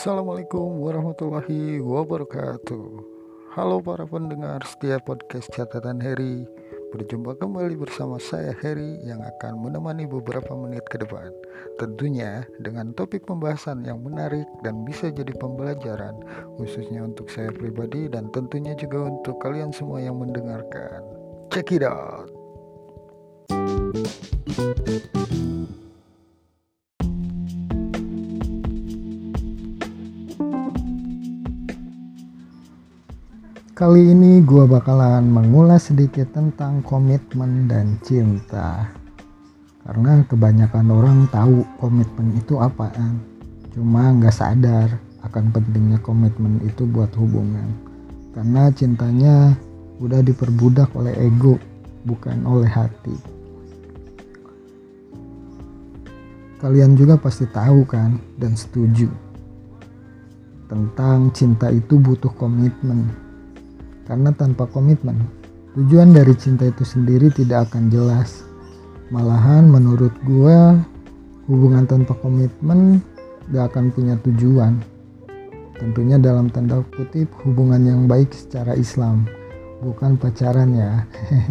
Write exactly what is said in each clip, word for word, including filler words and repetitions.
Assalamualaikum warahmatullahi wabarakatuh. Halo para pendengar setia podcast Catatan Heri. Berjumpa kembali bersama saya Heri yang akan menemani beberapa menit ke depan. Tentunya dengan topik pembahasan yang menarik dan bisa jadi pembelajaran, khususnya untuk saya pribadi dan tentunya juga untuk kalian semua yang mendengarkan. Check it out. Kali ini gue bakalan mengulas sedikit tentang komitmen dan cinta. Karena kebanyakan orang tahu komitmen itu apaan, cuma gak sadar akan pentingnya komitmen itu buat hubungan. Karena cintanya udah diperbudak oleh ego, bukan oleh hati. Kalian juga pasti tahu kan dan setuju tentang cinta itu butuh komitmen. Karena tanpa komitmen, tujuan dari cinta itu sendiri tidak akan jelas. Malahan menurut gue, hubungan tanpa komitmen gak akan punya tujuan. Tentunya dalam tanda kutip hubungan yang baik secara Islam, bukan pacaran ya.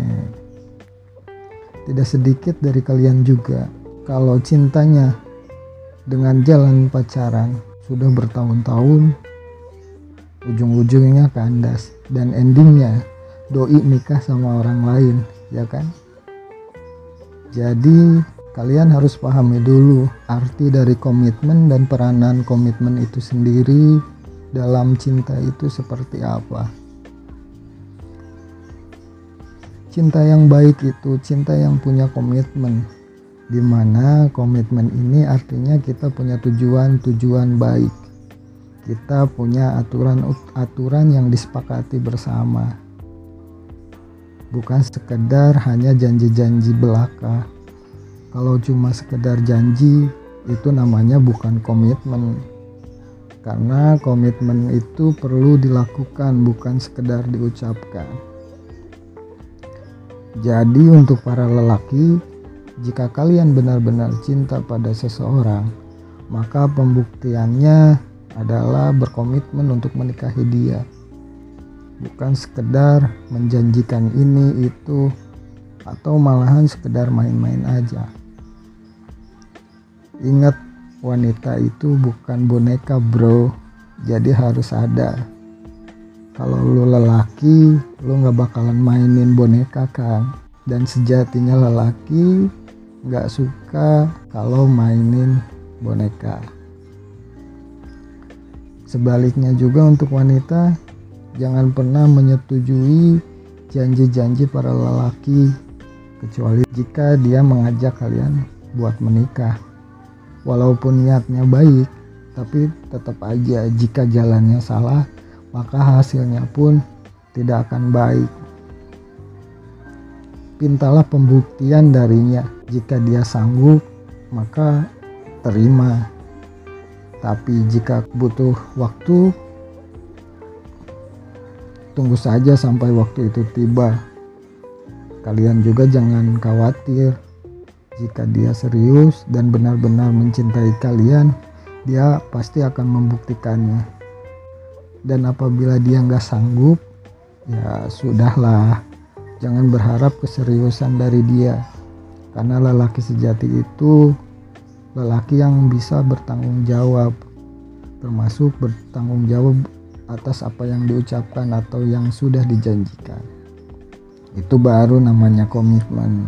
Tidak sedikit dari kalian juga, kalau cintanya dengan jalan pacaran sudah bertahun-tahun, ujung-ujungnya kandas dan endingnya doi nikah sama orang lain, ya kan? Jadi kalian harus pahami dulu arti dari komitmen dan peranan komitmen itu sendiri dalam cinta itu seperti apa. Cinta yang baik itu cinta yang punya komitmen, dimana komitmen ini artinya kita punya tujuan-tujuan baik. Kita punya aturan-aturan yang disepakati bersama. Bukan sekedar hanya janji-janji belaka. Kalau cuma sekedar janji, itu namanya bukan komitmen. Karena komitmen itu perlu dilakukan, bukan sekedar diucapkan. Jadi untuk para lelaki, jika kalian benar-benar cinta pada seseorang, maka pembuktiannya adalah berkomitmen untuk menikahi dia, bukan sekedar menjanjikan ini itu atau malahan sekedar main-main aja. Ingat, wanita itu bukan boneka bro, jadi harus sadar kalau lu lelaki, lu gak bakalan mainin boneka kan. Dan sejatinya lelaki gak suka kalau mainin boneka. Sebaliknya juga untuk wanita, jangan pernah menyetujui janji-janji para lelaki, kecuali jika dia mengajak kalian buat menikah. Walaupun niatnya baik, tapi tetap aja jika jalannya salah, maka hasilnya pun tidak akan baik. Pintalah pembuktian darinya. Jika dia sanggup, maka terima. Tapi jika butuh waktu, tunggu saja sampai waktu itu tiba. Kalian juga jangan khawatir. Jika dia serius dan benar-benar mencintai kalian, dia pasti akan membuktikannya. Dan apabila dia nggak sanggup, ya sudahlah. Jangan berharap keseriusan dari dia. Karena lelaki sejati itu lelaki yang bisa bertanggung jawab, termasuk bertanggung jawab atas apa yang diucapkan atau yang sudah dijanjikan. Itu baru namanya komitmen.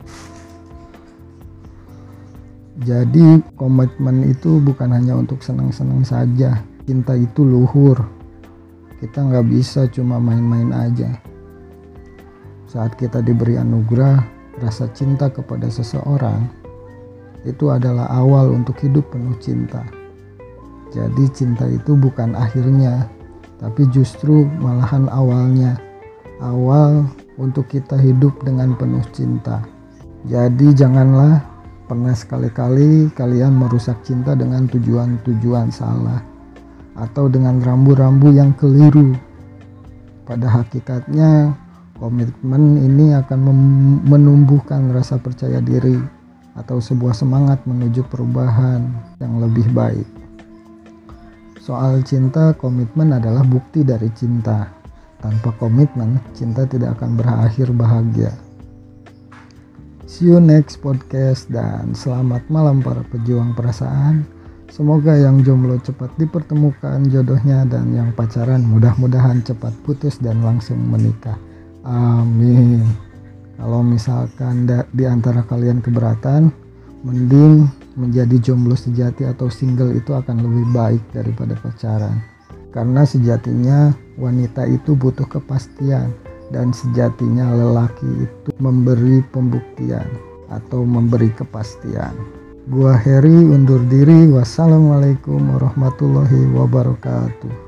Jadi komitmen itu bukan hanya untuk senang-senang saja. Cinta itu luhur. Kita nggak bisa cuma main-main aja. Saat kita diberi anugerah rasa cinta kepada seseorang, itu adalah awal untuk hidup penuh cinta. Jadi cinta itu bukan akhirnya, tapi justru malahan awalnya. Awal untuk kita hidup dengan penuh cinta. Jadi janganlah pernah sekali-kali kalian merusak cinta dengan tujuan-tujuan salah atau dengan rambu-rambu yang keliru. Pada hakikatnya komitmen ini akan menumbuhkan rasa percaya diri atau sebuah semangat menuju perubahan yang lebih baik. Soal cinta, komitmen adalah bukti dari cinta. Tanpa komitmen, cinta tidak akan berakhir bahagia. See you next podcast dan selamat malam para pejuang perasaan. Semoga yang jomblo cepat dipertemukan jodohnya dan yang pacaran mudah-mudahan cepat putus dan langsung menikah. Amin. Kalau misalkan da- di antara kalian keberatan, mending menjadi jomblo sejati atau single itu akan lebih baik daripada pacaran. Karena sejatinya wanita itu butuh kepastian dan sejatinya lelaki itu memberi pembuktian atau memberi kepastian. Gua Heri undur diri. Wassalamualaikum warahmatullahi wabarakatuh.